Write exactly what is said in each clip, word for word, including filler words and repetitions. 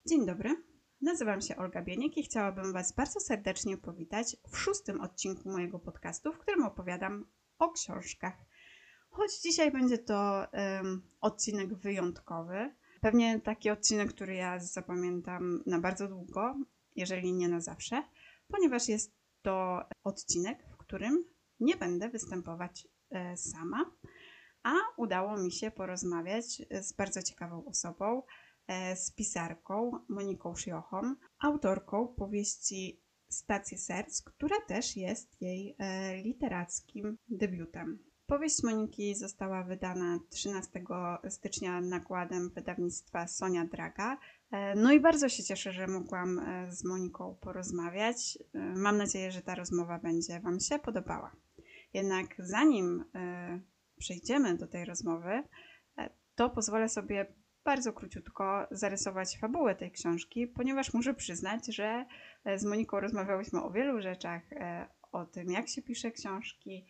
Dzień dobry, nazywam się Olga Bieniek i chciałabym Was bardzo serdecznie powitać w szóstym odcinku mojego podcastu, w którym opowiadam o książkach. Choć dzisiaj będzie to um, odcinek wyjątkowy, pewnie taki odcinek, który ja zapamiętam na bardzo długo, jeżeli nie na zawsze, ponieważ jest to odcinek, w którym nie będę występować e, sama, a udało mi się porozmawiać z bardzo ciekawą osobą, z pisarką Moniką Szjochą, autorką powieści Stacje Serc, która też jest jej literackim debiutem. Powieść Moniki została wydana trzynastego stycznia nakładem wydawnictwa Sonia Draga. No i bardzo się cieszę, że mogłam z Moniką porozmawiać. Mam nadzieję, że ta rozmowa będzie Wam się podobała. Jednak zanim przejdziemy do tej rozmowy, to pozwolę sobie bardzo króciutko zarysować fabułę tej książki, ponieważ muszę przyznać, że z Moniką rozmawiałyśmy o wielu rzeczach, o tym, jak się pisze książki,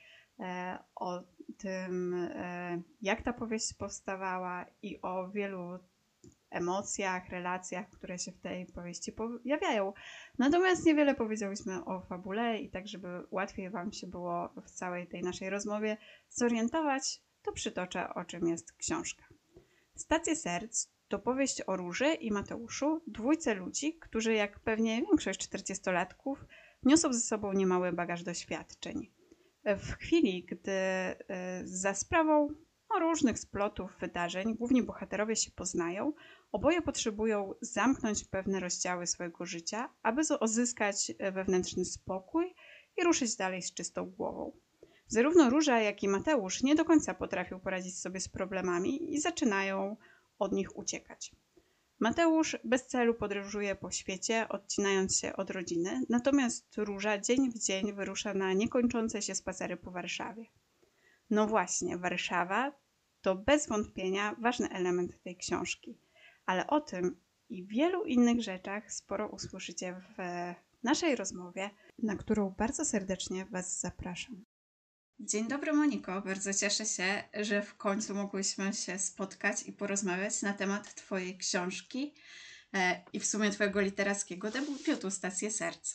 o tym, jak ta powieść powstawała i o wielu emocjach, relacjach, które się w tej powieści pojawiają. Natomiast niewiele powiedziałyśmy o fabule i tak, żeby łatwiej Wam się było w całej tej naszej rozmowie zorientować, to przytoczę, o czym jest książka. Stacje Serc to powieść o Róży i Mateuszu, dwójce ludzi, którzy jak pewnie większość czterdziestolatków niosą ze sobą niemały bagaż doświadczeń. W chwili, gdy za sprawą różnych splotów wydarzeń główni bohaterowie się poznają, oboje potrzebują zamknąć pewne rozdziały swojego życia, aby uzyskać wewnętrzny spokój i ruszyć dalej z czystą głową. Zarówno Róża, jak i Mateusz nie do końca potrafią poradzić sobie z problemami i zaczynają od nich uciekać. Mateusz bez celu podróżuje po świecie, odcinając się od rodziny, natomiast Róża dzień w dzień wyrusza na niekończące się spacery po Warszawie. No właśnie, Warszawa to bez wątpienia ważny element tej książki, ale o tym i wielu innych rzeczach sporo usłyszycie w naszej rozmowie, na którą bardzo serdecznie Was zapraszam. Dzień dobry, Moniko. Bardzo cieszę się, że w końcu mogłyśmy się spotkać i porozmawiać na temat Twojej książki e, i w sumie Twojego literackiego debiutu Stacje Serc.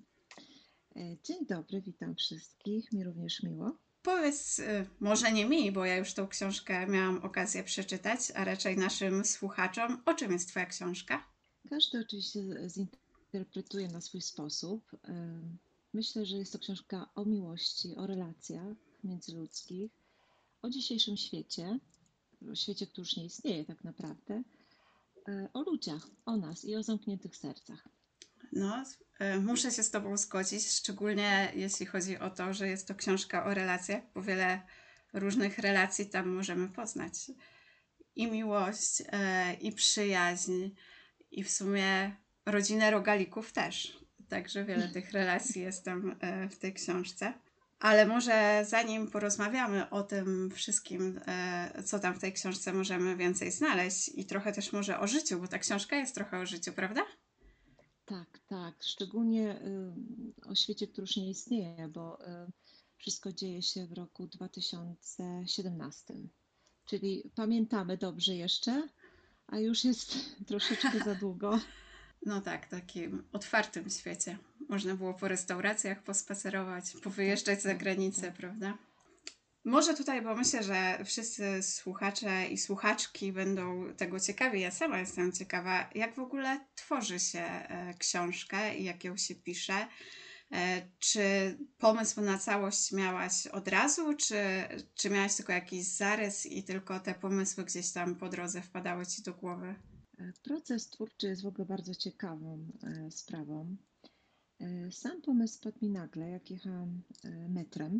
Dzień dobry, witam wszystkich. Mi również miło. Powiedz, może nie mi, bo ja już tą książkę miałam okazję przeczytać, a raczej naszym słuchaczom, o czym jest Twoja książka? Każdy oczywiście zinterpretuje na swój sposób. Myślę, że jest to książka o miłości, o relacjach międzyludzkich, o dzisiejszym świecie, o świecie, który już nie istnieje tak naprawdę, o ludziach, o nas i o zamkniętych sercach. No, muszę się z Tobą zgodzić, szczególnie jeśli chodzi o to, że jest to książka o relacjach, bo wiele różnych relacji tam możemy poznać. I miłość, i przyjaźń, i w sumie rodzinę rogalików też. Także wiele tych relacji jest tam w tej książce. Ale może zanim porozmawiamy o tym wszystkim, co tam w tej książce możemy więcej znaleźć i trochę też może o życiu, bo ta książka jest trochę o życiu, prawda? Tak, tak. Szczególnie o świecie, który już nie istnieje, bo wszystko dzieje się w roku dwa tysiące siedemnastym. Czyli pamiętamy dobrze jeszcze, a już jest troszeczkę za długo. No tak, takim otwartym świecie. Można było po restauracjach pospacerować, powyjeżdżać tak, za tak, granicę, tak. prawda? Może tutaj, bo myślę, że wszyscy słuchacze i słuchaczki będą tego ciekawi. Ja sama jestem ciekawa, jak w ogóle tworzy się książkę i jak ją się pisze. Czy pomysł na całość miałaś od razu, czy, czy miałaś tylko jakiś zarys i tylko te pomysły gdzieś tam po drodze wpadały Ci do głowy? Proces twórczy jest w ogóle bardzo ciekawą sprawą. Sam pomysł padł mi nagle, jak jechałam metrem,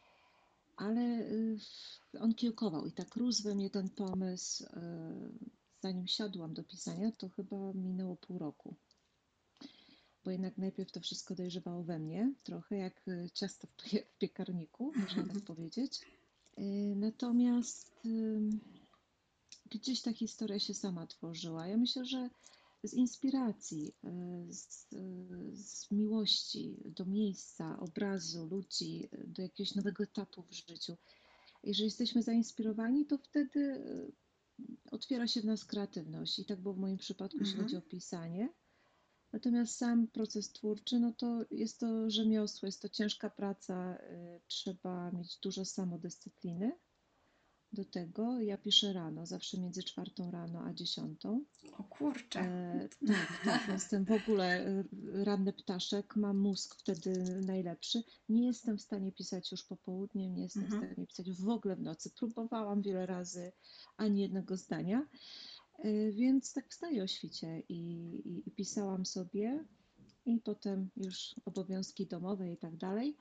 ale on kiełkował i tak rósł we mnie ten pomysł. Zanim siadłam do pisania, to chyba minęło pół roku. Bo jednak najpierw to wszystko dojrzewało we mnie, trochę jak ciasto w piekarniku, można tak powiedzieć. Natomiast gdzieś ta historia się sama tworzyła. Ja myślę, że z inspiracji, z, z miłości do miejsca, obrazu, ludzi, do jakiegoś nowego etapu w życiu. Jeżeli jesteśmy zainspirowani, to wtedy otwiera się w nas kreatywność i tak było w moim przypadku, jeśli chodzi Mhm. o pisanie. Natomiast sam proces twórczy, no to jest to rzemiosło, jest to ciężka praca, y, trzeba mieć dużo samodyscypliny do tego. Ja piszę rano, zawsze między czwartą rano a dziesiątą. O kurczę. E, tak, tak, jestem w ogóle y, ranny ptaszek, mam mózg wtedy najlepszy. Nie jestem w stanie pisać już popołudniem, nie jestem w Mhm. stanie pisać w ogóle w nocy. Próbowałam wiele razy, ani jednego zdania. E, więc tak wstaję o świcie i, i, i pisałam sobie i potem już obowiązki domowe i tak dalej.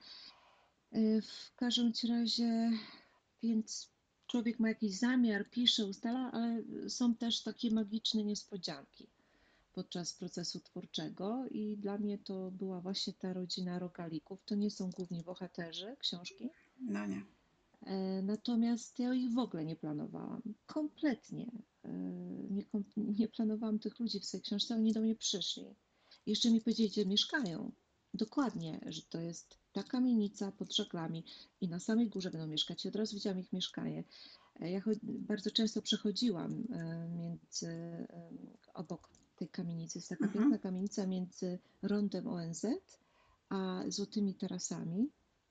E, W każdym razie, więc człowiek ma jakiś zamiar, pisze, ustala, ale są też takie magiczne niespodzianki podczas procesu twórczego i dla mnie to była właśnie ta rodzina rogalików. To nie są główni bohaterzy książki, No nie. e, natomiast ja ich w ogóle nie planowałam. Kompletnie e, nie, kom- nie planowałam tych ludzi w swojej książce, oni do mnie przyszli. Jeszcze mi powiedzieli, gdzie mieszkają. Dokładnie, że to jest ta kamienica pod żaglami i na samej górze będą mieszkać. I od razu widziałam ich mieszkanie. E, Ja cho- bardzo często przechodziłam e, między, e, obok tej kamienicy. Jest taka Mhm. piękna kamienica między rondem O N Z a Złotymi Tarasami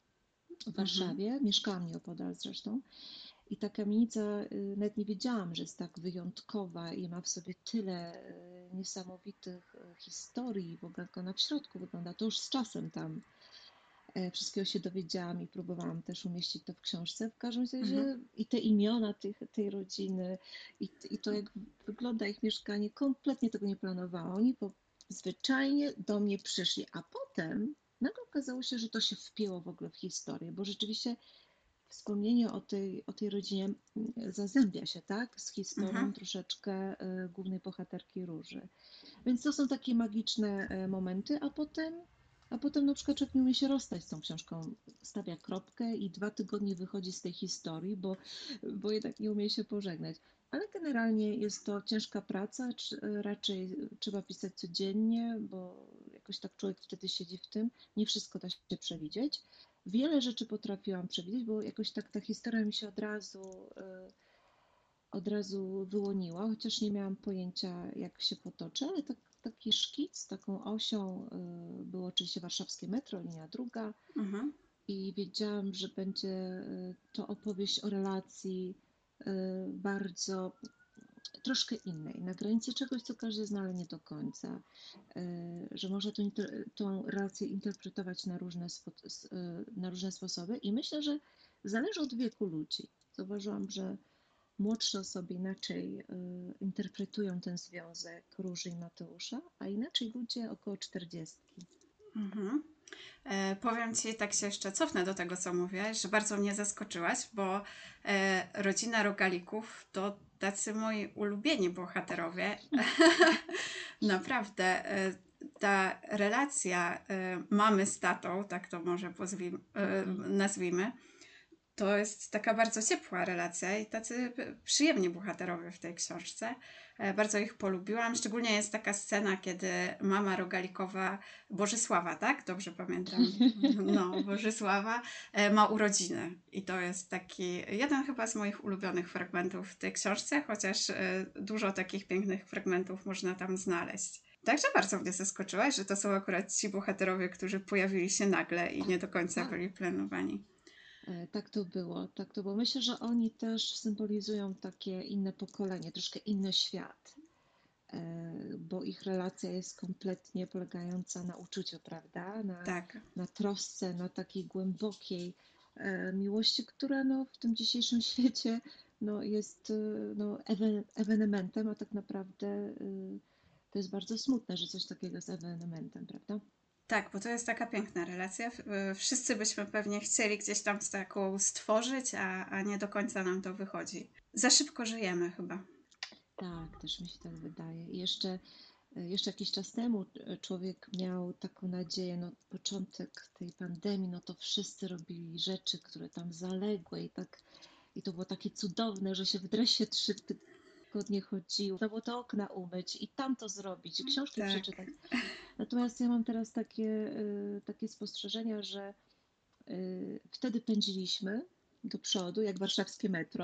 w Mhm. Warszawie. Mieszkałam nieopodal zresztą. I ta kamienica, y, nawet nie wiedziałam, że jest tak wyjątkowa i ma w sobie tyle y, niesamowitych y, historii. W ogóle jak ona w środku wygląda. To już z czasem tam e, wszystkiego się dowiedziałam i próbowałam też umieścić to w książce. W każdym Mhm. razie i te imiona tych, tej rodziny, i, i to, jak wygląda ich mieszkanie, kompletnie tego nie planowałam. Oni po, zwyczajnie do mnie przyszli, a potem nagle okazało się, że to się wpięło w ogóle w historię, bo rzeczywiście wspomnienie o tej, o tej rodzinie mm, zazębia się, tak, z Mhm. historią troszeczkę y, głównej bohaterki Róży. Więc to są takie magiczne e, momenty, a potem, a potem na przykład człowiek nie umie się rozstać z tą książką. Stawia kropkę i dwa tygodnie wychodzi z tej historii, bo, bo jednak nie umie się pożegnać. Ale generalnie jest to ciężka praca, raczej trzeba pisać codziennie, bo jakoś tak człowiek wtedy siedzi w tym. Nie wszystko da się przewidzieć. Wiele rzeczy potrafiłam przewidzieć, bo jakoś tak ta historia mi się od razu e, od razu wyłoniła, chociaż nie miałam pojęcia, jak się potoczy, ale tak, taki szkic, taką osią y, było oczywiście warszawskie metro, linia druga Mhm. i wiedziałam, że będzie y, to opowieść o relacji y, bardzo troszkę innej, na granicy czegoś, co każdy zna, ale nie do końca, y, że można tą, tą relację interpretować na różne, spo, y, na różne sposoby i myślę, że zależy od wieku ludzi. Zauważyłam, że młodsze osoby inaczej y, interpretują ten związek Róży i Mateusza, a inaczej ludzie około czterdziestki. Mhm. E, powiem Ci, tak się jeszcze cofnę do tego, co mówiłaś, że bardzo mnie zaskoczyłaś, bo e, rodzina Rogalików to tacy moi ulubieni bohaterowie. Naprawdę, e, ta relacja e, mamy z tatą, tak to może pozwim, e, Mhm. nazwijmy, to jest taka bardzo ciepła relacja i tacy przyjemni bohaterowie w tej książce. E, Bardzo ich polubiłam. Szczególnie jest taka scena, kiedy mama Rogalikowa, Bożysława, tak? Dobrze pamiętam. No, Bożysława e, ma urodziny. I to jest taki jeden chyba z moich ulubionych fragmentów w tej książce, chociaż e, dużo takich pięknych fragmentów można tam znaleźć. Także bardzo mnie zaskoczyłaś, że to są akurat ci bohaterowie, którzy pojawili się nagle i nie do końca Tak, byli planowani. e, tak to było, tak to było. Myślę, że oni też symbolizują takie inne pokolenie, troszkę inny świat, e, bo ich relacja jest kompletnie polegająca na uczuciu, prawda? Na, Tak. na trosce, na takiej głębokiej e, miłości, która no, w tym dzisiejszym świecie no, jest e, no, ewe- ewenementem, a tak naprawdę e, to jest bardzo smutne, że coś takiego jest ewenementem, prawda? Tak, bo to jest taka piękna relacja. W- Wszyscy byśmy pewnie chcieli gdzieś tam z taką stworzyć, a, a nie do końca nam to wychodzi. Za szybko żyjemy chyba. Tak, też mi się tak wydaje. I jeszcze, e, jeszcze jakiś czas temu e, człowiek miał taką nadzieję, no początek tej pandemii, no to wszyscy robili rzeczy, które tam zaległe i tak, i to było takie cudowne, że się w dresie trzy tygodnie chodziło, trzeba było te okna umyć i tam to zrobić, i książki Tak. przeczytać. Natomiast ja mam teraz takie, e, takie spostrzeżenia, że e, wtedy pędziliśmy do przodu, jak warszawskie metro,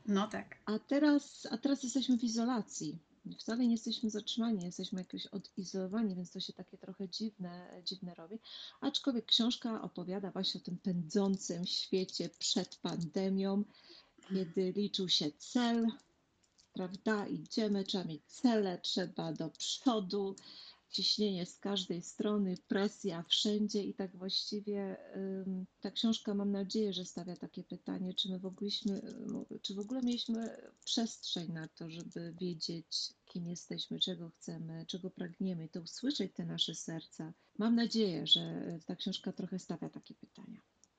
No tak. A teraz, a teraz jesteśmy w izolacji. Wcale nie jesteśmy zatrzymani, jesteśmy jakoś odizolowani, więc to się takie trochę dziwne, dziwne robi. Aczkolwiek książka opowiada właśnie o tym pędzącym świecie przed pandemią, kiedy liczył się cel, prawda? Idziemy, trzeba mieć cele, trzeba do przodu, ciśnienie z każdej strony, presja wszędzie i tak właściwie ym, ta książka, mam nadzieję, że stawia takie pytanie, czy my w ogóleśmy, czy w ogóle mieliśmy przestrzeń na to, żeby wiedzieć, kim jesteśmy, czego chcemy, czego pragniemy, to usłyszeć te nasze serca. Mam nadzieję, że ta książka trochę stawia takie pytania.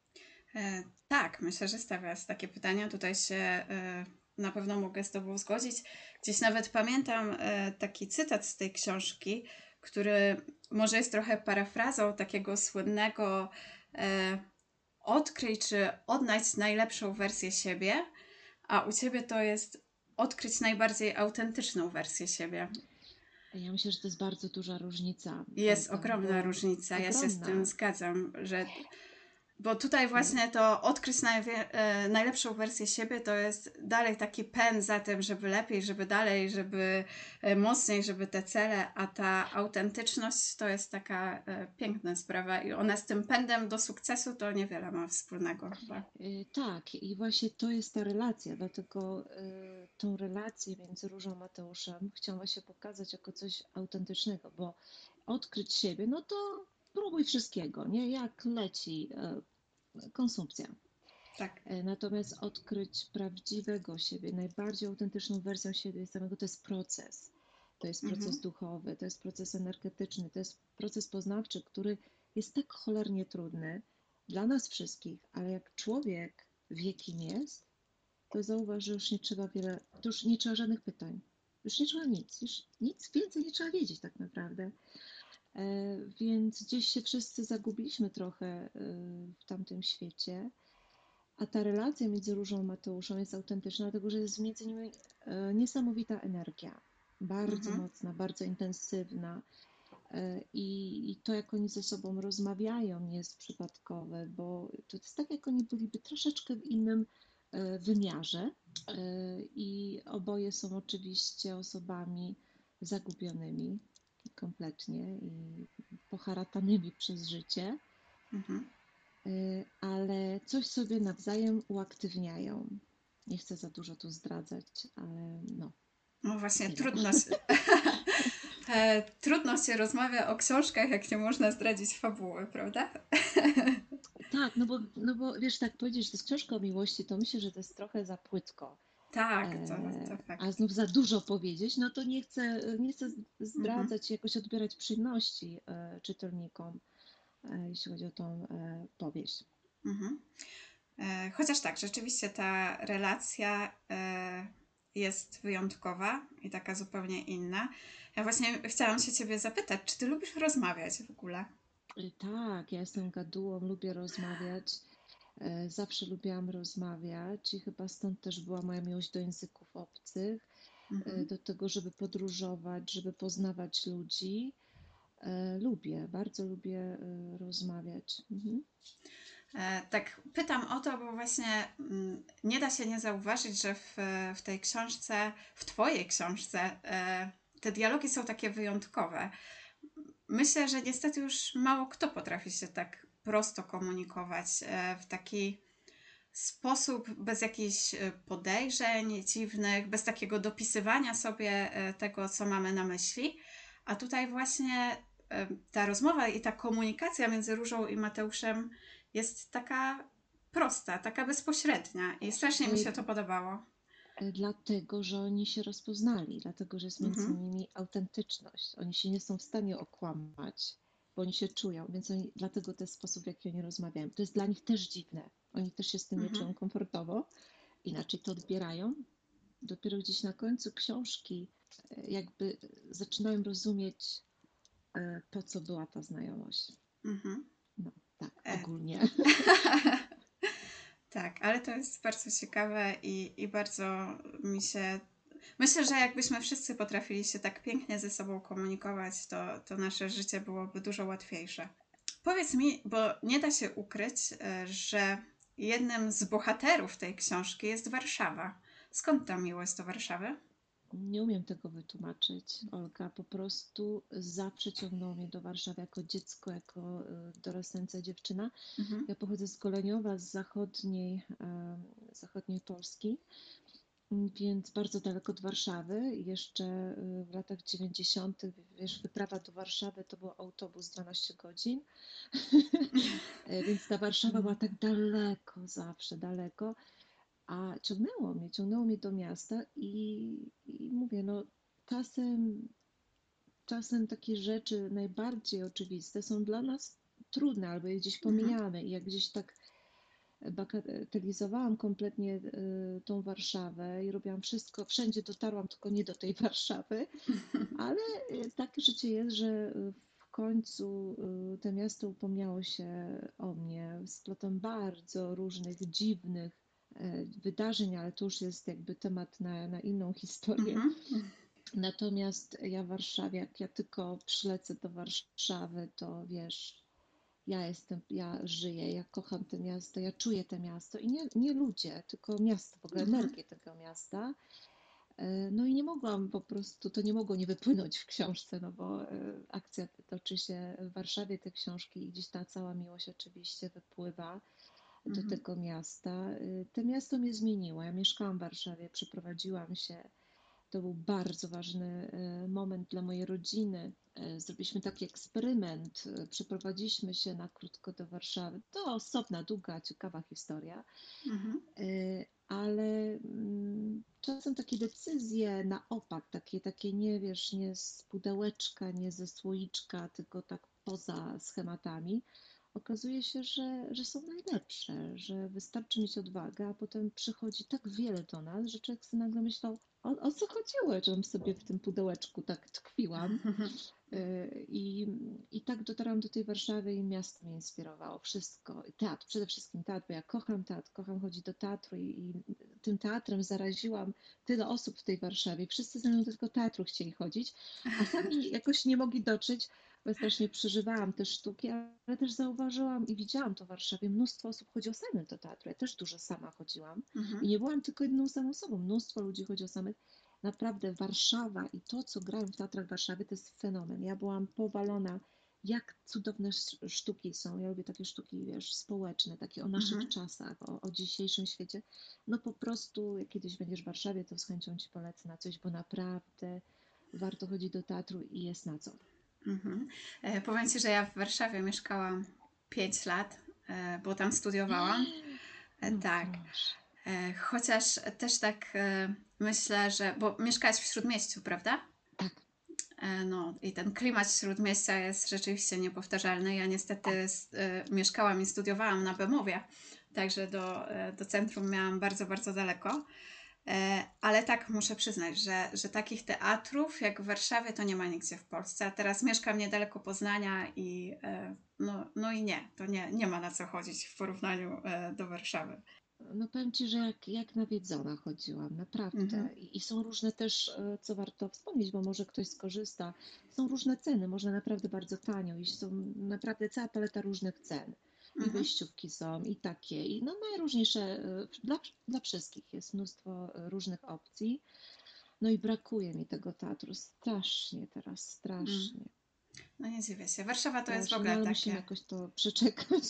E, tak, myślę, że stawiasz takie pytania. Tutaj się e, na pewno mogę z Tobą zgodzić. Gdzieś nawet pamiętam e, taki cytat z tej książki, który może jest trochę parafrazą takiego słynnego e, odkryj czy odnajdź najlepszą wersję siebie, a u Ciebie to jest odkryć najbardziej autentyczną wersję siebie. Ja myślę, że to jest bardzo duża różnica, Jest Olga, ogromna bo różnica, ja się z tym ogromna. zgadzam, że bo tutaj Y, właśnie to odkryć najwie, e, najlepszą wersję siebie to jest dalej taki pęd za tym, żeby lepiej, żeby dalej, żeby e, mocniej, żeby te cele, a ta autentyczność to jest taka e, piękna sprawa i ona z tym pędem do sukcesu to niewiele ma wspólnego chyba. Y, Tak, i właśnie to jest ta relacja, dlatego y, tą relację między Różą a Mateuszem chciałam właśnie pokazać jako coś autentycznego, bo odkryć siebie, no to próbuj wszystkiego, nie? Jak leci y, konsumpcja. Tak. Y, Natomiast odkryć prawdziwego siebie, najbardziej autentyczną wersją siebie samego, to jest proces. To jest proces Mhm. duchowy, to jest proces energetyczny, to jest proces poznawczy, który jest tak cholernie trudny dla nas wszystkich, ale jak człowiek wie, kim jest, to zauważ, że już nie trzeba wiele, to już nie trzeba żadnych pytań. Już nie trzeba nic, już nic więcej nie trzeba wiedzieć tak naprawdę. E, więc gdzieś się wszyscy zagubiliśmy trochę e, w tamtym świecie, a ta relacja między Różą a Mateuszem jest autentyczna, dlatego że jest między nimi e, niesamowita energia. Bardzo Mhm. mocna, bardzo intensywna. E, I, I to, jak oni ze sobą rozmawiają, nie jest przypadkowe, bo to jest tak, jak oni byliby troszeczkę w innym e, wymiarze. E, I oboje są oczywiście osobami zagubionymi kompletnie i poharatanymi przez życie, Mhm. e, ale coś sobie nawzajem uaktywniają. Nie chcę za dużo tu zdradzać, ale no, No właśnie, tyle. trudno się, e, trudno się rozmawia o książkach, jak nie można zdradzić fabuły, prawda? Tak, no bo, no bo wiesz, tak powiedzieć, że to jest książka o miłości, to myślę, że to jest trochę za płytko. Tak, to, to E, a fakt. znów za dużo powiedzieć, no to nie chcę, nie chcę Mhm. zdradzać, jakoś odbierać przyjemności e, czytelnikom, e, jeśli chodzi o tą e, powieść. Mhm. E, Chociaż tak, rzeczywiście ta relacja e, jest wyjątkowa i taka zupełnie inna. Ja właśnie chciałam się Ciebie zapytać, czy Ty lubisz rozmawiać w ogóle? E, tak, ja jestem gadułą, lubię rozmawiać, e, zawsze lubiłam rozmawiać i chyba stąd też była moja miłość do języków obcych, e, Mhm. do tego, żeby podróżować, żeby poznawać ludzi. E, lubię, bardzo lubię e, rozmawiać. Mhm. E, tak pytam o to, bo właśnie mm, nie da się nie zauważyć, że w, w tej książce, w Twojej książce, e, te dialogi są takie wyjątkowe. Myślę, że niestety już mało kto potrafi się tak prosto komunikować e, w taki sposób, bez jakichś e, podejrzeń dziwnych, bez takiego dopisywania sobie e, tego, co mamy na myśli. A tutaj właśnie e, ta rozmowa i ta komunikacja między Różą i Mateuszem jest taka prosta, taka bezpośrednia i strasznie mi E, się to podobało. e, Dlatego, że oni się rozpoznali, dlatego, że jest między Mhm, nimi autentyczność. Oni się nie są w stanie okłamać, bo oni się czują, więc oni, dlatego to jest sposób, w jaki oni rozmawiają. To jest dla nich też dziwne. Oni też się z tym nie mhm, czują komfortowo, inaczej to odbierają. Dopiero gdzieś na końcu książki e, jakby zaczynają rozumieć, e, po co była ta znajomość. mhm. No, tak, E, ogólnie. tak, ale to jest bardzo ciekawe i, i bardzo mi się. Myślę, że jakbyśmy wszyscy potrafili się tak pięknie ze sobą komunikować, to, to nasze życie byłoby dużo łatwiejsze. Powiedz mi, bo nie da się ukryć, e, że jednym z bohaterów tej książki jest Warszawa. Skąd ta miłość do Warszawy? Nie umiem tego wytłumaczyć, Olga. Po prostu zawsze ciągnęło mnie do Warszawy jako dziecko, jako y, dorastająca dziewczyna. Mhm. Ja pochodzę z Goleniowa, z zachodniej, em, zachodniej Polski, m, więc bardzo daleko od Warszawy. Jeszcze y, w latach dziewięćdziesiątych, wiesz, wyprawa do Warszawy to był autobus dwanaście godzin, E, więc ta Warszawa była Mhm. tak daleko, zawsze daleko. A ciągnęło mnie, ciągnęło mnie do miasta i, i mówię, no czasem, czasem takie rzeczy najbardziej oczywiste są dla nas trudne albo je gdzieś Mhm. pomijamy. I jak gdzieś tak bagatelizowałam kompletnie y, tą Warszawę i robiłam wszystko, wszędzie dotarłam, tylko nie do tej Warszawy, ale y, takie życie jest, że y, w końcu y, to miasto upomniało się o mnie, splotem bardzo różnych dziwnych e, wydarzeń, ale to już jest jakby temat na, na inną historię. Mhm. Natomiast ja w Warszawie, jak ja tylko przylecę do Warszawy, to wiesz, ja jestem, ja żyję, ja kocham to miasto, ja czuję to miasto i nie, nie ludzie, tylko miasto, w ogóle Mhm. energię tego miasta. E, No i nie mogłam po prostu, to nie mogło nie wypłynąć w książce, no bo e, akcja toczy się w Warszawie, te książki i gdzieś ta cała miłość oczywiście wypływa do Mhm. tego miasta. E, To miasto mnie zmieniło. Ja mieszkałam w Warszawie, przeprowadziłam się. To był bardzo ważny e, moment dla mojej rodziny. E, Zrobiliśmy taki eksperyment. e, Przeprowadziliśmy się na krótko do Warszawy. To osobna, długa, ciekawa historia. Mhm. Y, ale mm, czasem takie decyzje na opak, takie, takie nie wiesz, nie z pudełeczka, nie ze słoiczka, tylko tak poza schematami, okazuje się, że, że są najlepsze, że wystarczy mieć odwagę, a potem przychodzi tak wiele do nas, że człowiek sobie nagle myślał, o, o co chodziło, żebym sobie w tym pudełeczku tak tkwiłam. Y, I, I tak dotarłam do tej Warszawy i miasto mnie inspirowało, wszystko. I teatr, przede wszystkim teatr, bo ja kocham teatr, kocham chodzić do teatru i, i tym teatrem zaraziłam tyle osób w tej Warszawie. Wszyscy ze mną do tego teatru chcieli chodzić, a sami jakoś nie mogli dotrzeć, bo ja strasznie przeżywałam te sztuki, ale też zauważyłam i widziałam to w Warszawie, mnóstwo osób chodziło samych do teatru. Ja też dużo sama chodziłam Mhm. i nie byłam tylko jedną samą osobą, mnóstwo ludzi chodziło samych. Naprawdę Warszawa i to, co grają w teatrach Warszawy, to jest fenomen. Ja byłam powalona, jak cudowne sz- sztuki są. Ja lubię takie sztuki, wiesz, społeczne, takie o naszych Mhm. czasach, o, o dzisiejszym świecie. No po prostu, jak kiedyś będziesz w Warszawie, to z chęcią ci polecę na coś, bo naprawdę warto chodzić do teatru i jest na co. Mhm. E, powiem Ci, że ja w Warszawie mieszkałam pięć lat, e, bo tam studiowałam. E, No tak. proszę. E, chociaż też tak e, myślę, że. Bo mieszkałaś w Śródmieściu, prawda? Tak, E, no i ten klimat Śródmieścia jest rzeczywiście niepowtarzalny. Ja niestety s- e, mieszkałam i studiowałam na Bemowie, także do, e, do centrum miałam bardzo, bardzo daleko. E, Ale tak muszę przyznać, że, że takich teatrów jak w Warszawie to nie ma nigdzie w Polsce. A teraz mieszkam niedaleko Poznania i e, no, no i nie, to nie, nie ma na co chodzić w porównaniu e, do Warszawy. no powiem ci, że jak, jak nawiedzona chodziłam, Mhm, naprawdę. I, I są różne też, e, co warto wspomnieć, bo może ktoś skorzysta, są różne ceny, można naprawdę bardzo tanio i są naprawdę cała paleta różnych cen. I mhm, wejściówki są, i takie, i no najróżniejsze, e, dla, dla wszystkich jest mnóstwo e, różnych opcji. No i brakuje mi tego teatru strasznie teraz, mm. strasznie, No nie dziwię się. Warszawa to jest w strasznie, no ogóle ale musimy takie. jakoś to przeczekać.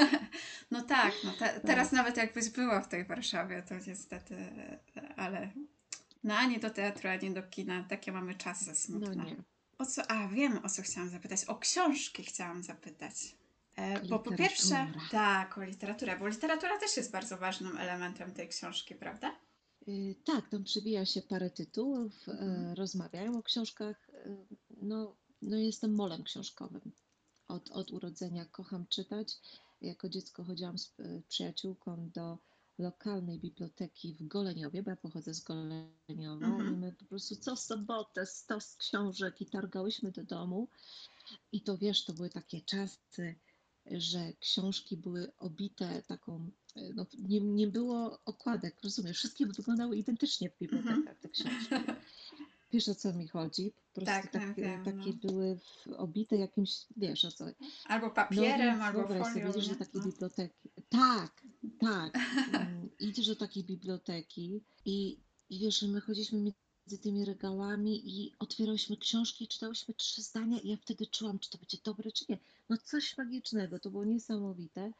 No tak, no te, teraz Tak, nawet jakbyś była w tej Warszawie, to niestety, ale no ani do teatru, ani do kina, takie mamy czasy no smutne. nie, O co? A, wiem, o co chciałam zapytać. O książki chciałam zapytać. E, bo po pierwsze, literatura. tak, o literaturę, bo literatura też jest bardzo ważnym elementem tej książki, prawda? Y, Tak, tam przewija się parę tytułów, Mhm. e, rozmawiają o książkach. e, No, no jestem molem książkowym. Od, od urodzenia kocham czytać. Jako dziecko chodziłam z e, przyjaciółką do lokalnej biblioteki w Goleniowie, bo ja pochodzę z Goleniowa i Mhm. my po prostu co sobotę stos książek i targałyśmy do domu. I to wiesz, to były takie czasy, że książki były obite taką, e, no, nie, nie było okładek, rozumiesz? Wszystkie wyglądały identycznie w Mhm. bibliotekach, te książki. Wiesz, o co mi chodzi? Po prostu Tak, tak, no, e, wiem, no. takie były w, obite jakimś, wiesz o co. Albo No papierem, więc albo wyobraź sobie, folią, idziesz do nie? takiej No. biblioteki. Tak, tak. mm, Idziesz do takiej biblioteki i I wiesz, my chodziliśmy między tymi regałami i otwierałyśmy książki, czytałyśmy trzy zdania i ja wtedy czułam, czy to będzie dobre, czy nie. No coś magicznego, to było niesamowite.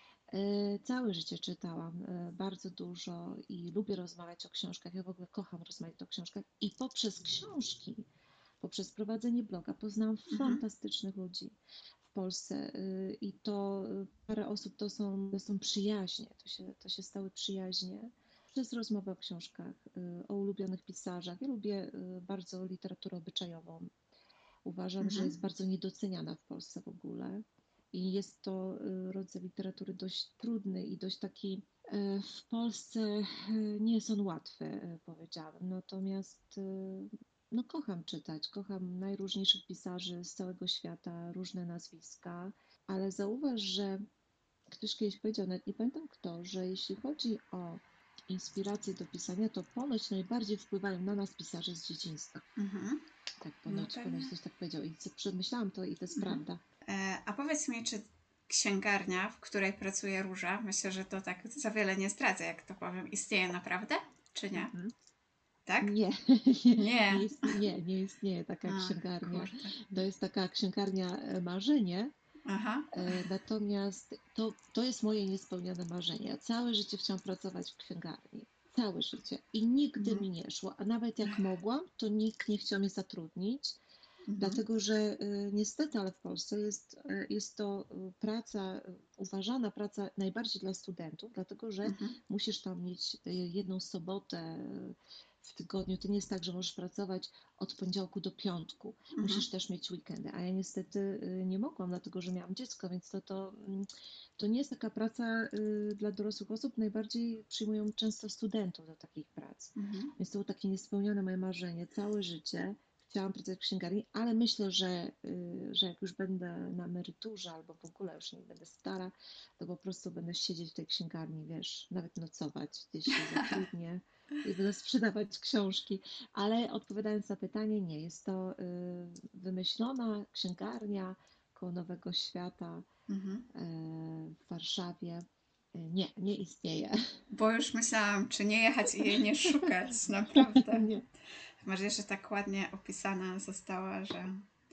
E, Całe życie czytałam e, bardzo dużo i lubię rozmawiać o książkach. Ja w ogóle kocham rozmawiać o książkach i poprzez książki, poprzez prowadzenie bloga poznałam Mhm. fantastycznych ludzi w Polsce y, i to y, parę osób to są, to są przyjaźnie, to się, to się stały przyjaźnie przez rozmowę o książkach, y, o ulubionych pisarzach. Ja lubię y, bardzo literaturę obyczajową. Uważam, że jest Mhm. bardzo niedoceniana w Polsce w ogóle. I jest to y, rodzaj literatury dość trudny i dość taki y, w Polsce y, nie jest on łatwy, y, powiedziałabym. Natomiast y, no, kocham czytać, kocham najróżniejszych pisarzy z całego świata, różne nazwiska, ale zauważ, że ktoś kiedyś powiedział, nawet nie pamiętam kto, że jeśli chodzi o inspirację do pisania, to ponoć najbardziej wpływają na nas pisarze z dzieciństwa. Mhm. Tak, No ponoć, ponoć pewnie. ktoś tak powiedział i przemyślałam to i to jest Mhm. prawda. E, a powiedz mi, czy księgarnia, w której pracuje Róża, myślę, że to tak za wiele nie zdradzę, jak to powiem, istnieje naprawdę, czy nie? Mhm. Tak? Nie, nie, nie, Nie. istnieje, nie istnieje taka A, księgarnia. kurde. To jest taka księgarnia e, marzenie, Aha. e, natomiast to, to jest moje niespełnione marzenie. Ja całe życie chciałam pracować w księgarni. Całe życie. I nigdy Mhm. mi nie szło. A nawet jak mogłam, to nikt nie chciał mnie zatrudnić. Mhm. Dlatego, że y, niestety, ale w Polsce jest, y, jest to y, praca, y, uważana praca najbardziej dla studentów, dlatego że Mhm. musisz tam mieć y, jedną sobotę y, w tygodniu. To nie jest tak, że możesz pracować od poniedziałku do piątku. Mhm. Musisz też mieć weekendy. A ja niestety y, nie mogłam, dlatego że miałam dziecko, więc to, to, mm, to nie jest taka praca y, dla dorosłych osób. Najbardziej przyjmują często studentów do takich prac. Mhm. Więc to było takie niespełnione moje marzenie całe życie. Chciałam pracować w księgarni, ale myślę, że, y, że jak już będę na emeryturze albo w ogóle już nie będę stara, to po prostu będę siedzieć w tej księgarni, wiesz, nawet nocować, gdzieś się zatrudnię i będę sprzedawać książki. Ale odpowiadając na pytanie, nie, jest to y, wymyślona księgarnia koło Nowego Świata Mhm. y, w Warszawie. Y, Nie, nie istnieje. Bo już myślałam, czy nie jechać i jej nie szukać, naprawdę. Nie. Może jeszcze tak ładnie opisana została, że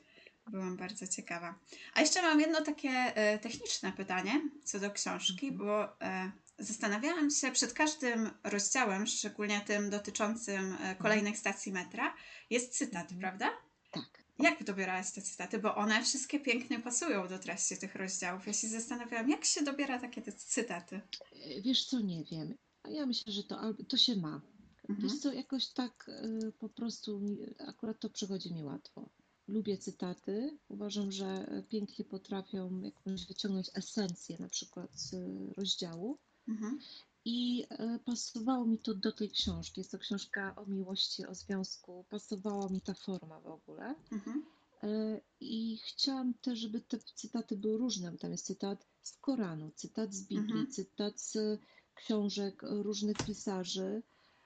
byłam bardzo ciekawa. A jeszcze mam jedno takie e, techniczne pytanie co do książki, Mhm, bo e, zastanawiałam się przed każdym rozdziałem, szczególnie tym dotyczącym e, mhm, kolejnych stacji metra, jest cytat, mhm. prawda? Tak. Jak dobierałaś te cytaty? Bo one wszystkie pięknie pasują do treści tych rozdziałów. Ja się zastanawiałam, jak się dobiera takie te cytaty. E, Wiesz co, nie wiem. A ja myślę, że to, albo- to się ma. Wiesz Mhm. co, jakoś tak y, po prostu mi, akurat to przychodzi mi łatwo. Lubię cytaty. Uważam, że pięknie potrafią jakąś wyciągnąć esencję na przykład z rozdziału. Mhm. I y, pasowało mi to do tej książki. Jest to książka o miłości, o związku. Pasowała mi ta forma w ogóle. Mhm. E, I chciałam też, żeby te cytaty były różne. Tam jest cytat z Koranu, cytat z Biblii, Mhm. cytat z książek różnych pisarzy,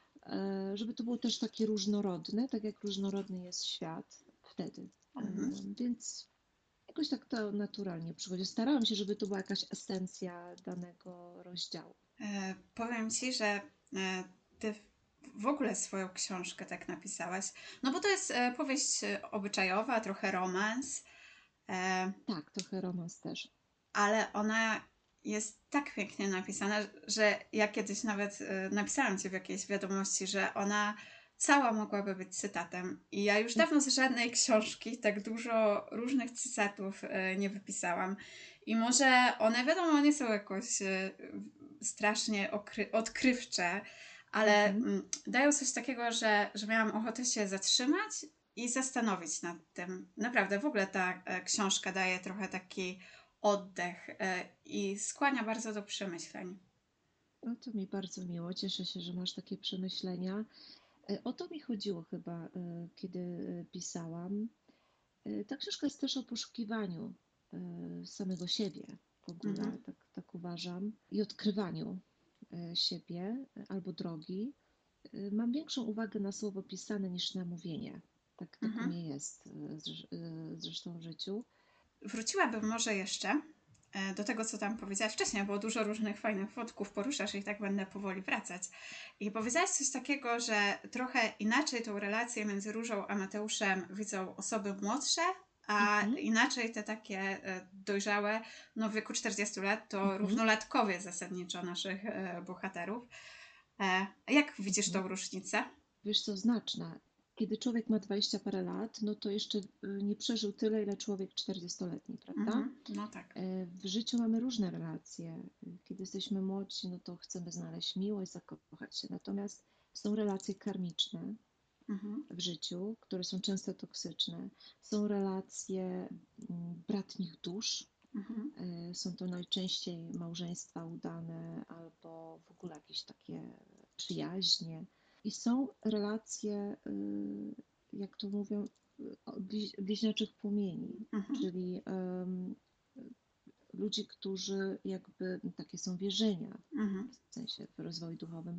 e, żeby to było też takie różnorodne, tak jak różnorodny jest świat wtedy. E, Mhm. Więc jakoś tak to naturalnie przychodzi. Starałam się, żeby to była jakaś esencja danego rozdziału. E, powiem Ci, że e, Ty w ogóle swoją książkę tak napisałaś. No bo to jest e, powieść e, obyczajowa, trochę romans, e, Tak, trochę romans też. ale ona jest tak pięknie napisana, że ja kiedyś nawet e, napisałam Ci w jakiejś wiadomości, że ona cała mogłaby być cytatem. I ja już dawno z żadnej książki tak dużo różnych cytatów e, nie wypisałam. I może one, wiadomo, nie są jakoś e, strasznie okry- odkrywcze, ale Mhm. mm, dają coś takiego, że, że miałam ochotę się zatrzymać i zastanowić nad tym. Naprawdę, w ogóle ta e, książka daje trochę taki oddech e, i skłania bardzo do przemyśleń. No to mi bardzo miło. Cieszę się, że masz takie przemyślenia. E, O to mi chodziło chyba, e, kiedy e, pisałam. E, Ta książka jest też o poszukiwaniu e, samego siebie w Mhm. ogóle, tak, tak uważam, i odkrywaniu e, siebie e, albo drogi. E, Mam większą uwagę na słowo pisane niż na mówienie. Tak, tak u Mhm. mnie jest e, zresz- e, zresztą w życiu. Wróciłabym może jeszcze e, do tego, co tam powiedziałaś wcześniej, było dużo różnych fajnych wątków, poruszasz i tak będę powoli wracać. I powiedziałaś coś takiego, że trochę inaczej tą relację między Różą a Mateuszem widzą osoby młodsze, a Mhm, inaczej te takie e, dojrzałe, no w wieku czterdziestu lat, to mhm, równolatkowie zasadniczo naszych e, bohaterów. E, jak widzisz mhm. tą różnicę? Wiesz co, znaczna. Kiedy człowiek ma dwadzieścia parę lat, no to jeszcze y, nie przeżył tyle, ile człowiek czterdziestoletni, prawda? Mhm, no tak. E, W życiu mamy różne relacje. Kiedy jesteśmy młodzi, no to chcemy znaleźć miłość, zakochać się. Natomiast są relacje karmiczne Mhm, w życiu, które są często toksyczne. Są relacje mm, bratnich dusz. mhm, E, Są to najczęściej małżeństwa udane albo w ogóle jakieś takie przyjaźnie. I są relacje, y, jak to mówią, y, o- bliź- bliźniaczych płomieni, mhm, czyli em, ludzi, którzy jakby, takie są wierzenia, mhm, w sensie w rozwoju duchowym,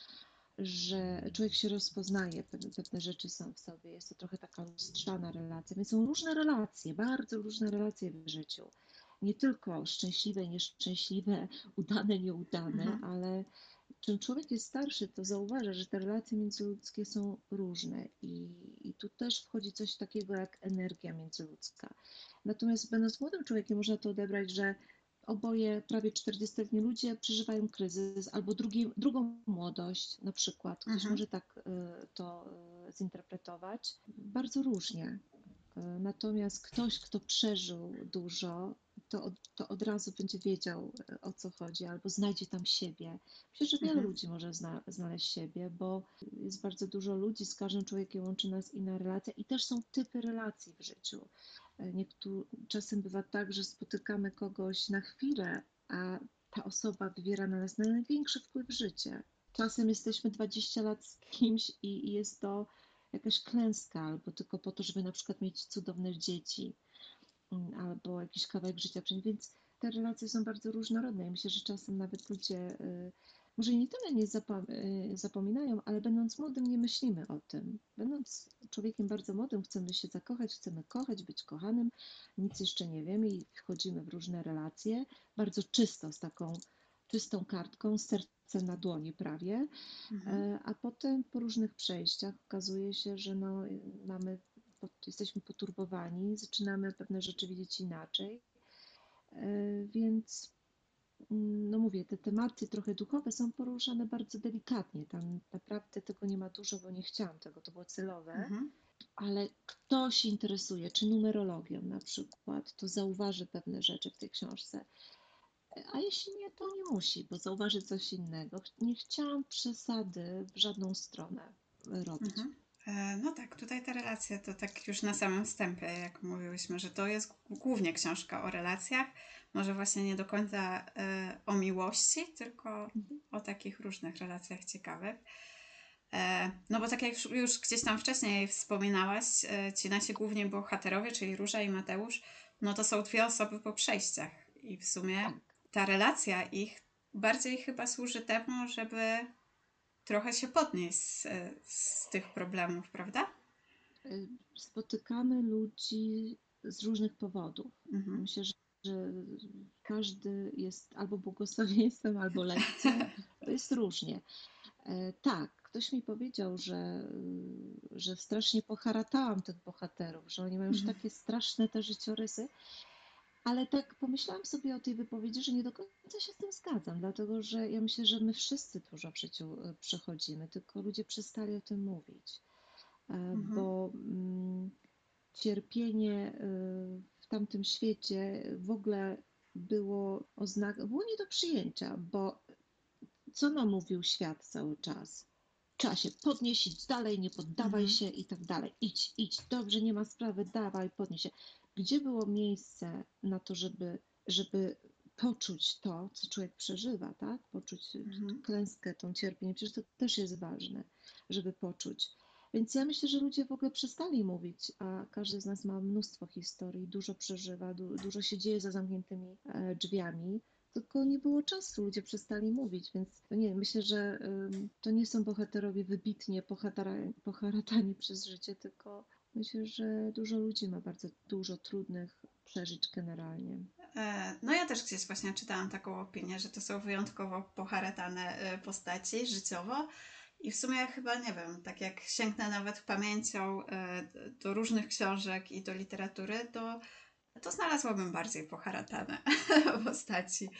że człowiek się rozpoznaje, pewne, pewne rzeczy są w sobie. Jest to trochę taka lustrzana relacja, więc są różne relacje, bardzo różne relacje w życiu. Nie tylko szczęśliwe, nieszczęśliwe, udane, nieudane, mhm, ale czym człowiek jest starszy, to zauważa, że te relacje międzyludzkie są różne i, i tu też wchodzi coś takiego jak energia międzyludzka. Natomiast będąc młodym człowiekiem, można to odebrać, że oboje prawie czterdziestoletni ludzie przeżywają kryzys albo drugi, drugą młodość na przykład. Ktoś mhm, może tak y, to y, zinterpretować. Bardzo różnie. Y, Natomiast ktoś, kto przeżył dużo, to od, to od razu będzie wiedział, y, o co chodzi, albo znajdzie tam siebie. Myślę, że wiele mhm, ludzi może zna, znaleźć siebie, bo jest bardzo dużo ludzi, z każdym człowiekiem łączy nas inna relacja i też są typy relacji w życiu. Niektó- czasem bywa tak, że spotykamy kogoś na chwilę, a ta osoba wywiera na nas największy wpływ w życie. Czasem jesteśmy dwadzieścia lat z kimś i, i jest to jakaś klęska, albo tylko po to, żeby na przykład mieć cudowne dzieci, mm, albo jakiś kawałek życia przynieść. Więc te relacje są bardzo różnorodne i myślę, że czasem nawet ludzie y, może nie tyle nie zapa- y, zapominają, ale będąc młodym nie myślimy o tym. Będąc człowiekiem bardzo młodym chcemy się zakochać, chcemy kochać, być kochanym, nic jeszcze nie wiemy i wchodzimy w różne relacje, bardzo czysto, z taką czystą kartką, sercem na dłoni prawie, mhm, e, a potem po różnych przejściach okazuje się, że no, mamy, jesteśmy poturbowani, zaczynamy pewne rzeczy widzieć inaczej, e, więc mm, no mówię, te tematy trochę duchowe są poruszane bardzo delikatnie. Tam naprawdę tego nie ma dużo, bo nie chciałam tego, to było celowe. mhm. Ale kto się interesuje, czy numerologią na przykład, to zauważy pewne rzeczy w tej książce. A jeśli nie, to nie musi, bo zauważy coś innego. Nie chciałam przesady w żadną stronę robić. Mhm. E, No tak, tutaj te relacje to tak już na samym wstępie, jak mówiłyśmy, że to jest głównie książka o relacjach, może właśnie nie do końca e, o miłości, tylko Mhm. o takich różnych relacjach ciekawych. E, No bo tak jak już- już gdzieś tam wcześniej wspominałaś, e, ci nasi główni bohaterowie, czyli Róża i Mateusz, no to są dwie osoby po przejściach i w sumie Tak. ta relacja ich bardziej chyba służy temu, żeby trochę się podnieść z, z tych problemów, prawda? Y, Spotykamy ludzi z różnych powodów. Mhm. Myślę, że że każdy jest albo błogosławieństwem, albo lekcją. To jest różnie. E, Tak, ktoś mi powiedział, że, y, że strasznie poharatałam tych bohaterów, że oni mają już Mhm. takie straszne te życiorysy, ale tak pomyślałam sobie o tej wypowiedzi, że nie do końca się z tym zgadzam, dlatego że ja myślę, że my wszyscy dużo w życiu y, przechodzimy, tylko ludzie przestali o tym mówić. E, Mhm. bo mm, cierpienie y, w tamtym świecie w ogóle było oznak, było nie do przyjęcia, bo co nam mówił świat cały czas? Trzeba się podnieść, idź dalej, nie poddawaj Mhm. się i tak dalej. Idź, idź, dobrze, nie ma sprawy, dawaj, podnieś się. Gdzie było miejsce na to, żeby, żeby poczuć to, co człowiek przeżywa, tak? Poczuć Mhm. klęskę, tą cierpienie. Przecież to też jest ważne, żeby poczuć. Więc ja myślę, że ludzie w ogóle przestali mówić, a każdy z nas ma mnóstwo historii, dużo przeżywa, du dużo się dzieje za zamkniętymi e, drzwiami, tylko nie było czasu, ludzie przestali mówić, więc to nie, myślę, że ym, to nie są bohaterowie wybitnie pohatara- poharatani przez życie, tylko myślę, że dużo ludzi ma bardzo dużo trudnych przeżyć generalnie. E, No ja też gdzieś właśnie czytałam taką opinię, że to są wyjątkowo poharatane e, postaci życiowo i w sumie chyba, nie wiem, tak jak sięgnę nawet pamięcią e, do różnych książek i do literatury, to, to znalazłabym bardziej poharatane postaci.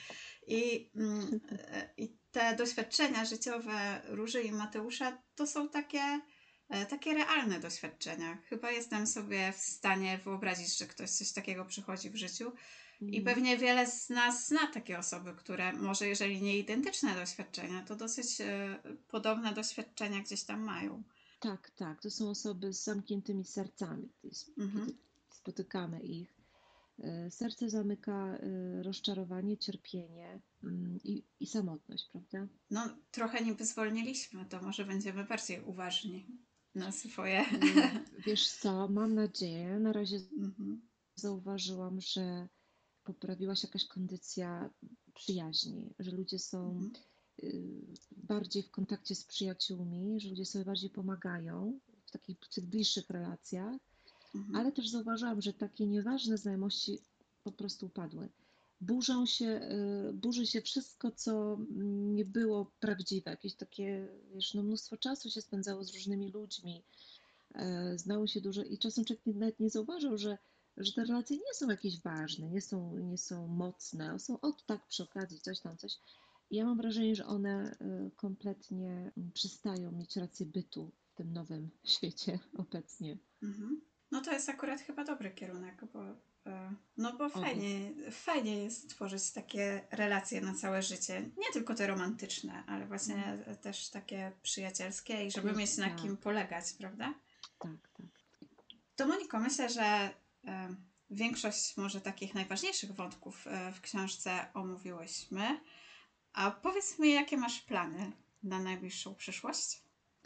I, mm, e, I te doświadczenia życiowe Róży i Mateusza to są takie, e, takie realne doświadczenia. Chyba jestem sobie w stanie wyobrazić, że ktoś coś takiego przychodzi w życiu. I Mhm. pewnie wiele z nas zna takie osoby, które może jeżeli nie identyczne doświadczenia, to dosyć e, podobne doświadczenia gdzieś tam mają. Tak, tak. To są osoby z zamkniętymi sercami. Kiedy Mhm. spotykamy ich, e, serce zamyka e, rozczarowanie, cierpienie mm, i, i samotność, prawda? No, trochę niby zwolniliśmy, to może będziemy bardziej uważni na swoje. E, Wiesz co, mam nadzieję, na razie Mhm. zauważyłam, że poprawiła się jakaś kondycja przyjaźni, że ludzie są Mhm. y, bardziej w kontakcie z przyjaciółmi, że ludzie sobie bardziej pomagają w takich w tych bliższych relacjach, Mhm. ale też zauważyłam, że takie nieważne znajomości po prostu upadły. Burzą się, y, burzy się wszystko, co nie było prawdziwe. Jakieś takie, wiesz, no mnóstwo czasu się spędzało z różnymi ludźmi, e, znało się dużo i czasem człowiek nawet nie zauważył, że, że te relacje nie są jakieś ważne, nie są, nie są mocne, są od tak przy okazji, coś tam, coś. I ja mam wrażenie, że one e, kompletnie przestają mieć rację bytu w tym nowym świecie obecnie. Mhm. No to jest akurat chyba dobry kierunek, bo, e, no bo Oby. fajnie, fajnie jest tworzyć takie relacje na całe życie. Nie tylko te romantyczne, ale No, właśnie też takie przyjacielskie i żeby przyjaźń, mieć na kim tak, polegać, prawda? tak, tak. To Moniko, myślę, że e, większość może takich najważniejszych wątków e, w książce omówiłyśmy. A powiedz mi, jakie masz plany na najbliższą przyszłość?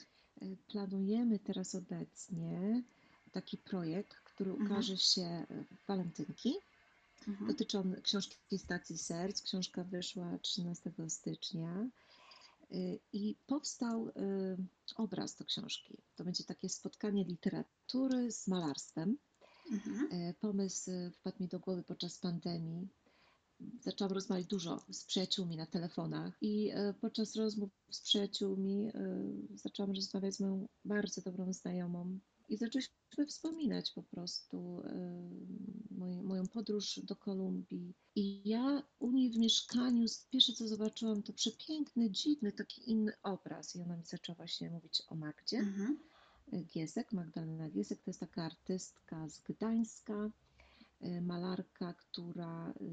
E, Planujemy teraz obecnie taki projekt, który Mhm. ukaże się w walentynki. Mhm. Dotyczy on książki Stacji Serc. Książka wyszła trzynastego stycznia y, i powstał y, obraz do książki. To będzie takie spotkanie literatury z malarstwem. Mhm. Y, Pomysł y, wpadł mi do głowy podczas pandemii. Zaczęłam rozmawiać dużo z przyjaciółmi na telefonach i y, podczas rozmów z przyjaciółmi y, zaczęłam rozmawiać z moją bardzo dobrą znajomą i zaczęliśmy wspominać po prostu y, moją, moją podróż do Kolumbii. I ja u niej w mieszkaniu, pierwsze co zobaczyłam, to przepiękny, dziwny, taki inny obraz. I ona mi zaczęła właśnie mówić o Magdzie Mhm. Giesek, Magdalena Giesek. To jest taka artystka z Gdańska, y, malarka, która y,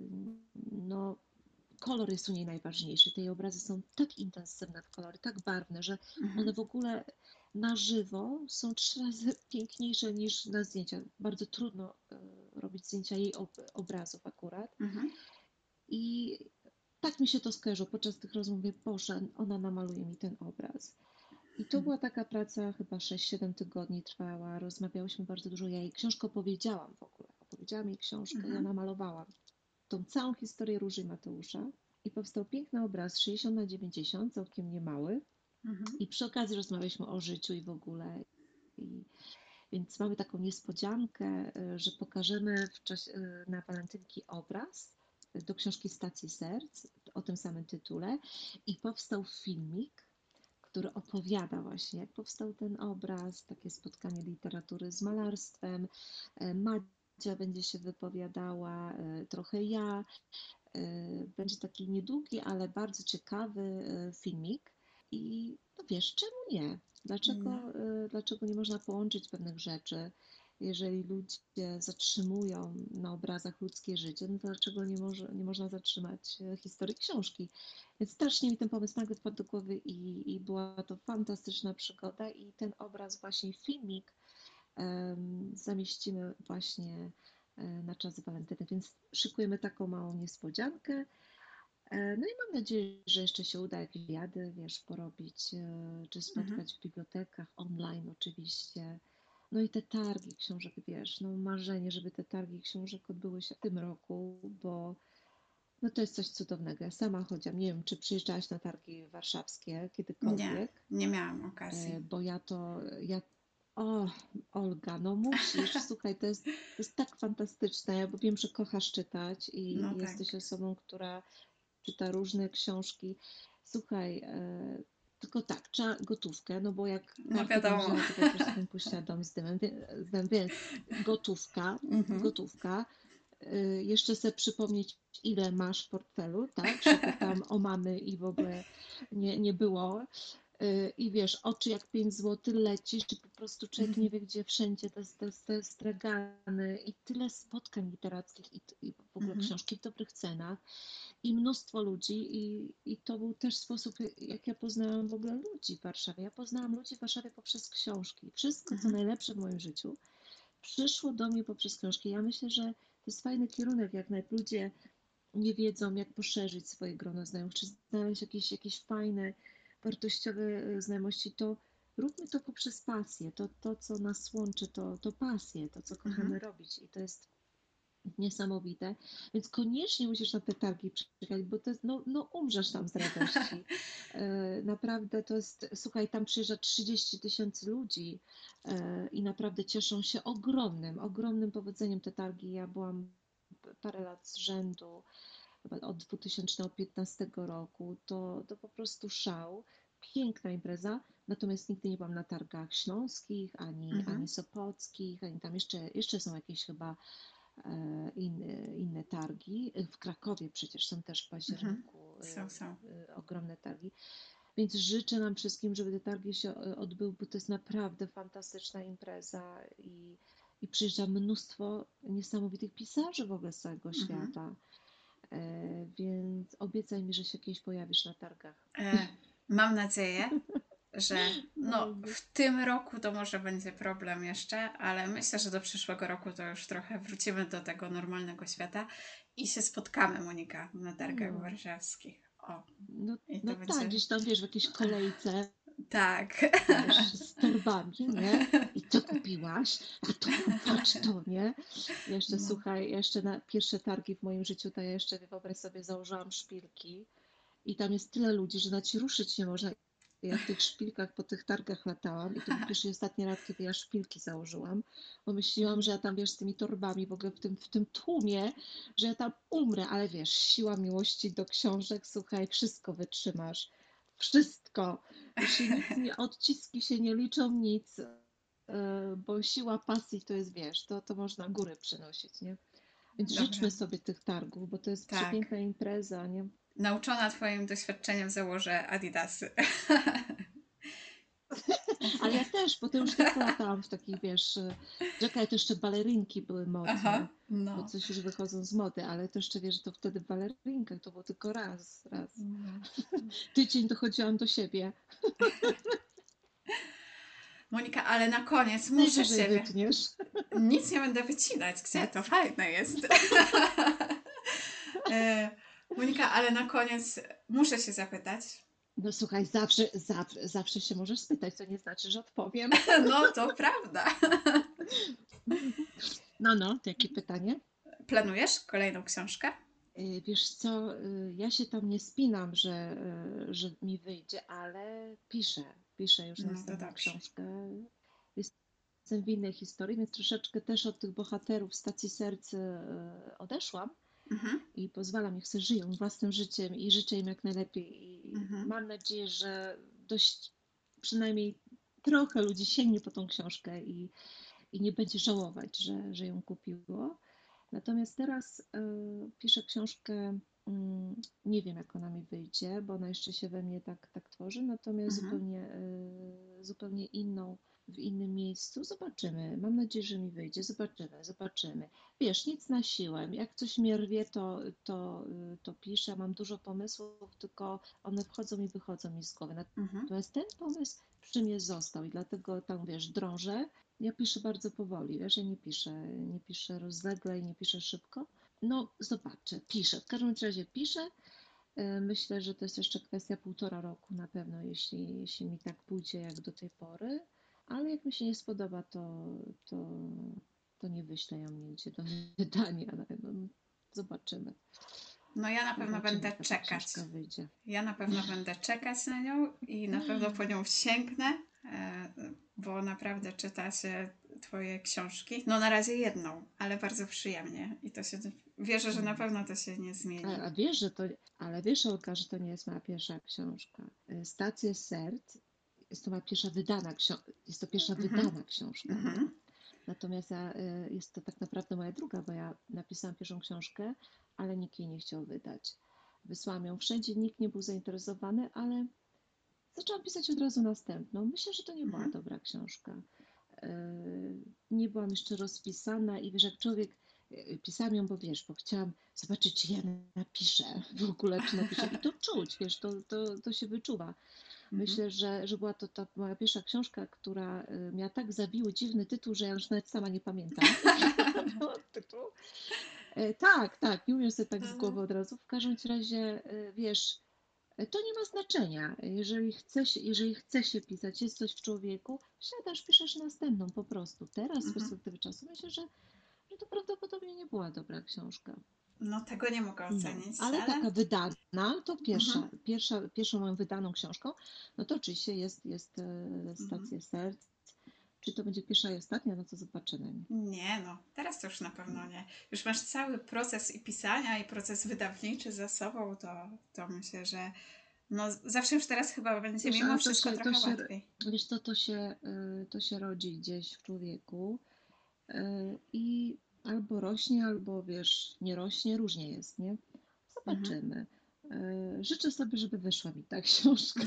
no, kolor jest u niej najważniejszy. Te jej obrazy są tak intensywne w kolory, tak barwne, że Mhm. one w ogóle na żywo są trzy razy piękniejsze niż na zdjęciach. Bardzo trudno e, robić zdjęcia jej obrazów akurat. Mhm. I tak mi się to skojarzyło. Podczas tych rozmów mówię, Boże, ona namaluje mi ten obraz. I to była taka praca, chyba sześć siedem tygodni trwała. Rozmawiałyśmy bardzo dużo. Ja jej książkę opowiedziałam w ogóle. Opowiedziałam jej książkę i Mhm. ona malowała tą całą historię Róży i Mateusza i powstał piękny obraz sześćdziesiąt na dziewięćdziesiąt, całkiem niemały. Mhm. I przy okazji rozmawialiśmy o życiu i w ogóle. I, więc mamy taką niespodziankę, y, że pokażemy w czasie, y, na walentynki obraz do książki Stacji Serc o tym samym tytule i powstał filmik, który opowiada właśnie, jak powstał ten obraz, takie spotkanie literatury z malarstwem. Y, Madzia będzie się wypowiadała, y, trochę ja. Będzie taki niedługi, ale bardzo ciekawy filmik. I no wiesz, czemu nie? No. Dlaczego, dlaczego nie można połączyć pewnych rzeczy? Jeżeli ludzie zatrzymują na obrazach ludzkie życie, no to dlaczego nie, może, nie można zatrzymać historii książki? Więc strasznie mi ten pomysł nagle wpadł do głowy i, i była to fantastyczna przygoda i ten obraz, właśnie filmik, um, zamieścimy właśnie na czas walentyny, więc szykujemy taką małą niespodziankę. No i mam nadzieję, że jeszcze się uda jakieś wyjady, wiesz, porobić, czy Mhm. spotkać w bibliotekach, online oczywiście. No i te targi książek, wiesz, no marzenie, żeby te targi książek odbyły się w tym roku, bo no to jest coś cudownego. Ja sama chodziłam, nie wiem, czy przyjeżdżałaś na targi warszawskie Nie, kiedykolwiek, nie miałam okazji. bo ja to, ja O, Olga, no musisz, słuchaj, to jest, to jest tak fantastyczne, bo wiem, że kochasz czytać i, No i tak. jesteś osobą, która czyta różne książki. Słuchaj, e, tylko tak, trzeba gotówkę, no bo jak No kartę bym wiadomo. wzięła, to po prostu bym puściła dom z dymem, wie- z dymem, więc gotówka, Mhm. gotówka. Y, jeszcze sobie przypomnieć, ile masz w portfelu, tak, żeby tam omamy i w ogóle nie, nie było. Y, I wiesz, oczy jak pięć złotych lecisz, i po prostu człowiek nie wie, gdzie wszędzie te, te, te stragany i tyle spotkań literackich i, i w ogóle Mhm. książki w dobrych cenach i mnóstwo ludzi i, i to był też sposób, jak ja poznałam w ogóle ludzi w Warszawie. Ja poznałam ludzi w Warszawie poprzez książki. Wszystko, co Mhm. najlepsze w moim życiu, przyszło do mnie poprzez książki. Ja myślę, że to jest fajny kierunek, jak nawet ludzie nie wiedzą, jak poszerzyć swoje grono znajomych, czy znaleźć jakieś, jakieś fajne, wartościowe e, znajomości, to róbmy to poprzez pasję. To, to co nas łączy, to, to pasję, to, co Mhm. kochamy robić. I to jest niesamowite. Więc koniecznie musisz na te targi przyjechać, bo to jest, no, no umrzesz tam z radości. E, Naprawdę to jest, słuchaj, tam przyjeżdża trzydzieści tysięcy ludzi e, i naprawdę cieszą się ogromnym, ogromnym powodzeniem te targi. Ja byłam parę lat z rzędu, chyba od dwa tysiące piętnastego roku. To, to po prostu szał. Piękna impreza, natomiast nigdy nie byłam na targach śląskich, ani, ani Mhm. sopockich, ani tam jeszcze, jeszcze są jakieś chyba e, inne, inne targi. W Krakowie przecież są też w Mhm. październiku Są, są. e, e, ogromne targi. Więc życzę nam wszystkim, żeby te targi się e, odbyły, bo to jest naprawdę fantastyczna impreza i, i przyjeżdża mnóstwo niesamowitych pisarzy w ogóle z całego Mhm. świata. E, Więc obiecaj mi, że się kiedyś pojawisz na targach. E, Mam nadzieję, że no, Dobrze. w tym roku to może będzie problem jeszcze, ale myślę, że do przyszłego roku to już trochę wrócimy do tego normalnego świata i się spotkamy, Monika, na targach No, warszawskich. O, no, i no to tak, będzie... gdzieś tam wiesz, w jakiejś kolejce, Tak. wiesz, z torbami, nie? I co kupiłaś? A to, patrz to, nie? Jeszcze No. słuchaj, jeszcze na pierwsze targi w moim życiu, to ja jeszcze, wyobraź sobie, założyłam szpilki i tam jest tyle ludzi, że nawet się ruszyć nie można. Ja w tych szpilkach po tych targach latałam i to był pierwszy i ostatni raz, kiedy ja szpilki założyłam, bo myślałam, że ja tam, wiesz, z tymi torbami w ogóle w tym, w tym tłumie, że ja tam umrę, ale wiesz, siła miłości do książek, słuchaj, wszystko wytrzymasz, wszystko. Już się nic nie, odciski się nie liczą, nic, e, bo siła pasji to jest, wiesz, to, to można górę przynosić, nie? Więc Dobra. życzmy sobie tych targów, bo to jest Tak. przepiękna impreza, nie? Nauczona Twoim doświadczeniem założę Adidasy. Ale ja też, bo to już tylko latałam w takich, wiesz, y, czekaj, to jeszcze balerynki były modne, Aha, bo no. coś już wychodzą z mody, ale to jeszcze, wiesz, to wtedy w balerinkach to było tylko raz, raz. No. Tydzień dochodziłam do siebie. Monika, ale na koniec muszę Najwyżej Ciebie... wytniesz. Nic nie będę wycinać. Gdzie? To fajne jest. E, Monika, ale na koniec muszę się zapytać. No słuchaj, zawsze, zawsze, zawsze się możesz spytać, to nie znaczy, że odpowiem. No, to prawda. No, no, to jakie pytanie? Planujesz kolejną książkę? Y, Wiesz co, y, ja się tam nie spinam, że, y, że mi wyjdzie, ale piszę, piszę już No to następną dobrze. książkę. Jestem w innej historii, więc troszeczkę też od tych bohaterów stacji serc e, odeszłam Mhm, i pozwalam, niech sobie żyją własnym życiem i życzę im jak najlepiej. I mhm, mam nadzieję, że dość przynajmniej trochę ludzi sięgnie po tą książkę i, i nie będzie żałować, że, że ją kupiło. Natomiast teraz y, piszę książkę, mm, nie wiem jak ona mi wyjdzie, bo ona jeszcze się we mnie tak, tak tworzy, natomiast mhm, zupełnie, y, zupełnie inną, w innym miejscu. Zobaczymy. Mam nadzieję, że mi wyjdzie. Zobaczymy, zobaczymy. Wiesz, nic na siłę. Jak coś mnie rwie, to, to, y, to piszę. Mam dużo pomysłów, tylko one wchodzą i wychodzą mi z głowy. mhm. Natomiast ten pomysł przy mnie został i dlatego tam, wiesz, drążę. Ja piszę bardzo powoli, wiesz, ja nie piszę, nie piszę rozlegle i nie piszę szybko. No, zobaczę, piszę. W każdym razie piszę. E, Myślę, że to jest jeszcze kwestia półtora roku na pewno, jeśli, jeśli mi tak pójdzie jak do tej pory. Ale jak mi się nie spodoba, to, to, to nie wyślę ją nigdzie do wydania. No, zobaczymy. No ja na pewno Zobaczymy, będę jaka ta czekać. książka wyjdzie. Ja na pewno będę czekać na nią i na pewno po nią sięgnę, e, bo naprawdę czyta się Twoje książki. No na razie jedną, ale bardzo przyjemnie i to się, wierzę, że na pewno to się nie zmieni. A, a wiesz, że to, ale wiesz, Olga, że to nie jest moja pierwsza książka. Y, Stacje serc jest to moja pierwsza wydana książka, jest to pierwsza Mhm. wydana książka, nie? Mhm. Natomiast ja, y, jest to tak naprawdę moja druga, bo ja napisałam pierwszą książkę, ale nikt jej nie chciał wydać. Wysłałam ją wszędzie, nikt nie był zainteresowany, ale zaczęłam pisać od razu następną. Myślę, że to nie była Mhm. dobra książka. Yy, Nie byłam jeszcze rozpisana i wiesz, jak człowiek, yy, pisałam ją, bo wiesz, bo chciałam zobaczyć, czy ja napiszę w ogóle, czy napiszę i to czuć, wiesz, to, to, to się wyczuwa. Mhm. Myślę, że, że była to ta moja pierwsza książka, która yy, miała tak zawiły, dziwny tytuł, że ja już nawet sama nie pamiętam. Miała tytuł. Yy, Tak, tak, nie umiem sobie tak z głowy od razu. W każdym razie, yy, wiesz, to nie ma znaczenia. Jeżeli chce się, jeżeli chce się pisać, jest coś w człowieku, siadasz, piszesz następną po prostu. Teraz z Mhm. perspektywy czasu myślę, że, że to prawdopodobnie nie była dobra książka. No tego nie mogę No, ocenić, ale ale taka wydana, to mhm. pierwsza, pierwsza, pierwszą moją wydaną książką, no to oczywiście jest, jest e, Mhm. Stacje serc. Czy to będzie pierwsza i ostatnia, no to zobaczymy. Nie no, teraz to już na pewno No. nie. Już masz cały proces i pisania, i proces wydawniczy za sobą, to, to myślę, że no zawsze już teraz chyba będzie Wiesz, mimo ale to wszystko się, to trochę się, łatwiej. wiesz co, to się, y, to się rodzi gdzieś w człowieku. Y, I albo rośnie, albo wiesz, nie rośnie, różnie jest, nie? Mhm. Zobaczymy. Y, Życzę sobie, żeby wyszła mi ta książka.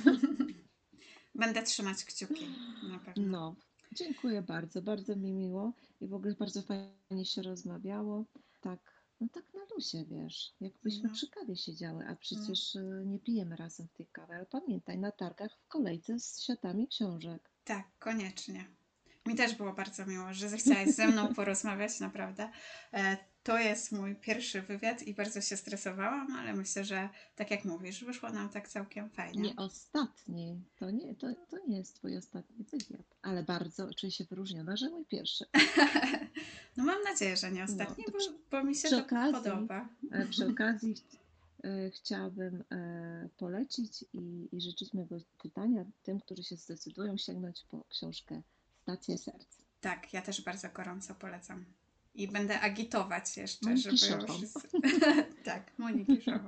Będę trzymać kciuki, na pewno. No, dziękuję bardzo, bardzo mi miło i w ogóle bardzo fajnie się rozmawiało. Tak, no tak na luzie, wiesz, jakbyśmy No, przy kawie siedziały, a no. przecież y, nie pijemy razem tej kawy, ale pamiętaj, na targach w kolejce z siatami książek. Tak, koniecznie. Mi też było bardzo miło, że zechciałaś ze mną porozmawiać, naprawdę. E, To jest mój pierwszy wywiad i bardzo się stresowałam, ale myślę, że tak jak mówisz, wyszło nam tak całkiem fajnie. Nie ostatni, to nie, to, to nie jest twój ostatni wywiad, ale bardzo czuję się wyróżniona, że mój pierwszy. No mam nadzieję, że nie No, ostatni, to bo, przy, bo mi się przy to okazji, podoba. e, przy okazji ch- e, chciałabym e, polecić i, i życzyć mego czytania tym, którzy się zdecydują sięgnąć po książkę Stacje serc. Tak, ja też bardzo gorąco polecam. I będę agitować jeszcze, Moniki żeby już... Szochom. z- tak, Moniki Szocho.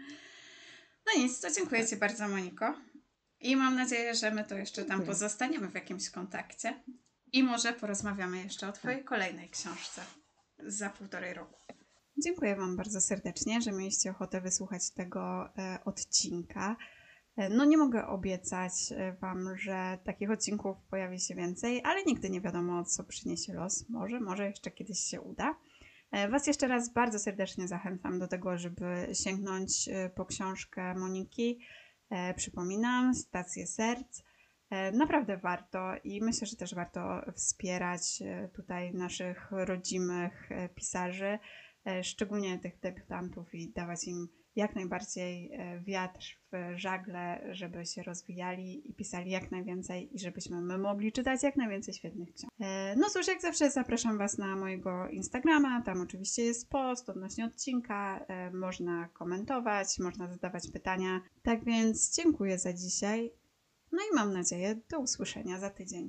No nic, to dziękuję Tak, Ci bardzo, Moniko. I mam nadzieję, że my to jeszcze tam dziękuję. pozostaniemy w jakimś kontakcie. I może porozmawiamy jeszcze o Tak. Twojej kolejnej książce za półtorej roku. Dziękuję Wam bardzo serdecznie, że mieliście ochotę wysłuchać tego e, odcinka. E, no nie mogę obiecać e, Wam, że takich odcinków pojawi się więcej, ale nigdy nie wiadomo, co przyniesie los. Może, może jeszcze kiedyś się uda. E, Was jeszcze raz bardzo serdecznie zachęcam do tego, żeby sięgnąć e, po książkę Moniki. E, Przypominam, Stacje serc. E, Naprawdę warto i myślę, że też warto wspierać e, tutaj naszych rodzimych e, pisarzy, e, szczególnie tych debiutantów i dawać im jak najbardziej e, wiatr w żagle, żeby się rozwijali i pisali jak najwięcej i żebyśmy my mogli czytać jak najwięcej świetnych książek. E, No cóż, jak zawsze zapraszam Was na mojego Instagrama, tam oczywiście jest post odnośnie odcinka, e, można komentować, można zadawać pytania. Tak więc dziękuję za dzisiaj. No i mam nadzieję do usłyszenia za tydzień.